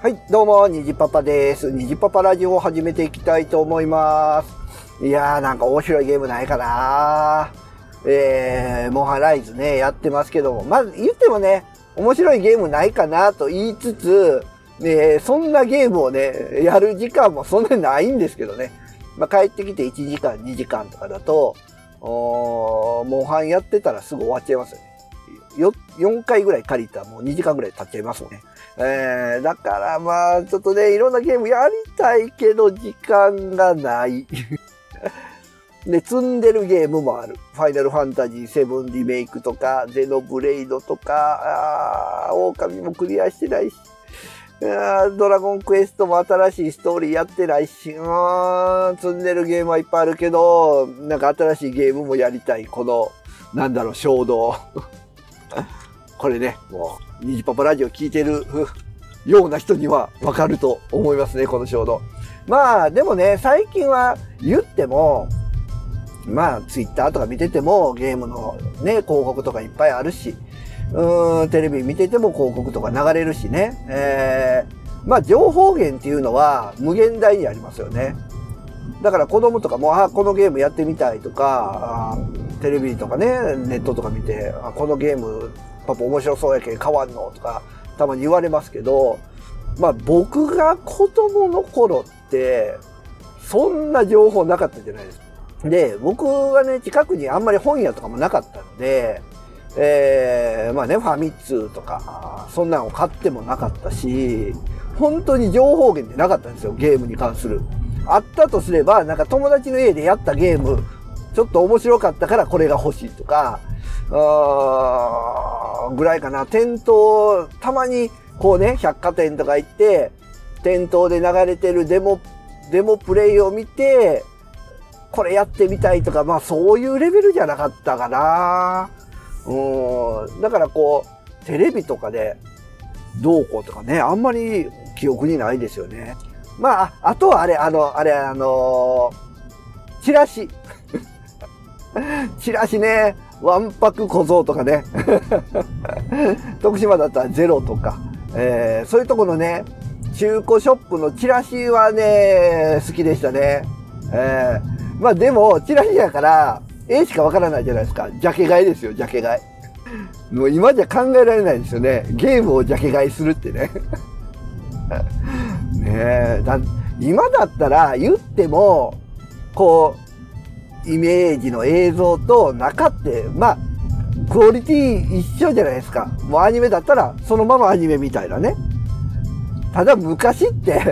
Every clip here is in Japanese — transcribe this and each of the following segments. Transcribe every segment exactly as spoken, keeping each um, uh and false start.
はい、どうも、にじパパです。にじパパラジオを始めていきたいと思います。いやー、なんか面白いゲームないかなー。えー、モンハンライズね、やってますけども、まず言ってもね、面白いゲームないかなと言いつつ、ね、そんなゲームをね、やる時間もそんなにないんですけどね。まあ、帰ってきていちじかん、にじかんとかだと、おーモンハンやってたらすぐ終わっちゃいますよね。よ、よんかいぐらい借りたらもうにじかんぐらい経っちゃいますもんね。えー、だからまあ、ちょっとね、いろんなゲームやりたいけど時間がない。で、積んでるゲームもある。ファイナルファンタジーセブンリメイクとか、ゼノブレイドとか、あー、狼もクリアしてないし、あドラゴンクエストも新しいストーリーやってないし、うーん、積んでるゲームはいっぱいあるけど、なんか新しいゲームもやりたい。この、なんだろう、衝動。これね、もう、にじパパラジオ聞いてるような人にはわかると思いますね、この衝動。まあ、でもね、最近は言っても、まあ、ツイッターとか見てても、ゲームのね、広告とかいっぱいあるし、うーん、テレビ見てても広告とか流れるしね。えー、まあ、情報源っていうのは無限大にありますよね。だから子供とかも、あ、このゲームやってみたいとか、テレビとかね、ネットとか見て、あ、このゲーム、パパ面白そうやけん変わんのとか、たまに言われますけど、まあ僕が子供の頃って、そんな情報なかったじゃないですか。で、僕はね、近くにあんまり本屋とかもなかったんで、えー、まあね、ファミ通とか、そんなのを買ってもなかったし、本当に情報源ってなかったんですよ、ゲームに関する。あったとすれば、なんか友達の家でやったゲーム、ちょっと面白かったからこれが欲しいとか、あーぐらいかな。店頭、たまにこうね、百貨店とか行って、店頭で流れてるデモ、デモプレイを見て、これやってみたいとか、まあそういうレベルじゃなかったかな。うん。だからこう、テレビとかでどうこうとかね、あんまり記憶にないですよね。まあ、あとはあれ、あの、あれ、あのー、チラシ。チラシね、わんぱく小僧とかね。徳島だったらゼロとか、えー、そういうところのね、中古ショップのチラシはね、好きでしたね。えー、まあでも、チラシやから、絵しかわからないじゃないですか。ジャケ買いですよ、ジャケ買い。もう今じゃ考えられないですよね。ゲームをジャケ買いするってね。ねえ、だ、今だったら言っても、こう、イメージの映像と中って、まあ、クオリティ一緒じゃないですか。もうアニメだったら、そのままアニメみたいなね。ただ昔って、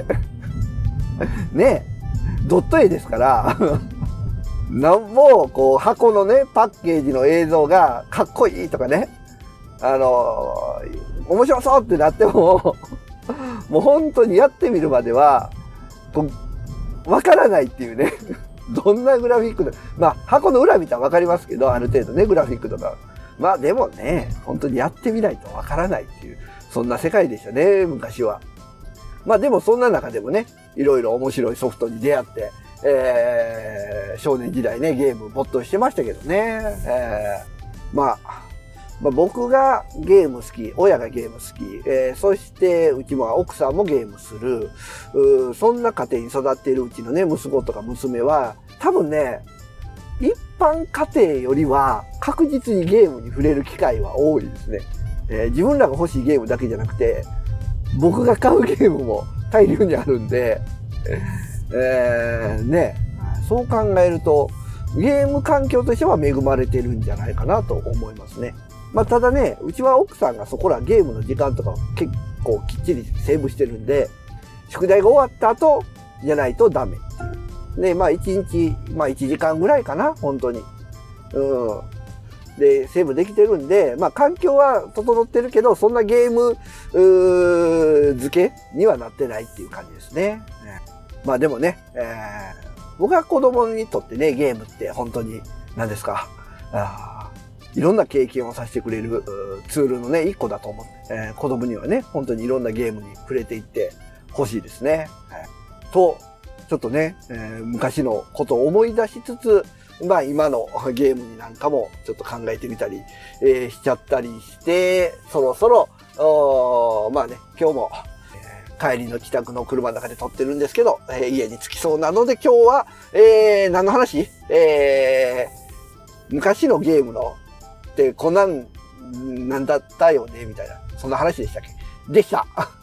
ね、ドット絵ですから、なんも、こう、箱のね、パッケージの映像がかっこいいとかね、あのー、面白そうってなっても、もう本当にやってみるまでは、こう、わからないっていうね。どんなグラフィックで、まあ、箱の裏見たらわかりますけど、ある程度ね、グラフィックとか。まあでもね、本当にやってみないとわからないっていう、そんな世界でしたね、昔は。まあでもそんな中でもね、いろいろ面白いソフトに出会って、えー、少年時代ね、ゲーム没頭してましたけどね。えー、まあ、まあ、僕がゲーム好き、親がゲーム好き、えー、そしてうちも奥さんもゲームする、うそんな家庭に育っているうちのね、息子とか娘は、多分ね、一般家庭よりは確実にゲームに触れる機会は多いですね。えー、自分らが欲しいゲームだけじゃなくて、僕が買うゲームも大量にあるんで、えー、ね、そう考えると、ゲーム環境としては恵まれてるんじゃないかなと思いますね。まあ、ただね、うちは奥さんがそこらゲームの時間とかを結構きっちりセーブしてるんで、宿題が終わった後じゃないとダメっていう。で、まあ一日、まあ一時間ぐらいかな、本当に。うん。で、セーブできてるんで、まあ環境は整ってるけど、そんなゲーム、うー付けにはなってないっていう感じですね。まあでもね、えー、僕は子供にとってね、ゲームって本当に、何ですか。あいろんな経験をさせてくれるツールのね、一個だと思って、えー、子供にはね、本当にいろんなゲームに触れていってほしいですね。はい、と、ちょっとね、えー、昔のことを思い出しつつ、まあ今のゲームになんかもちょっと考えてみたり、えー、しちゃったりして、そろそろ、まあね、今日も、えー帰りの帰宅の車の中で撮ってるんですけど、えー、家に着きそうなので今日は、えー、何の話えー、昔のゲームのってこんなんなんだったよねみたいな、そんな話でしたっけでした。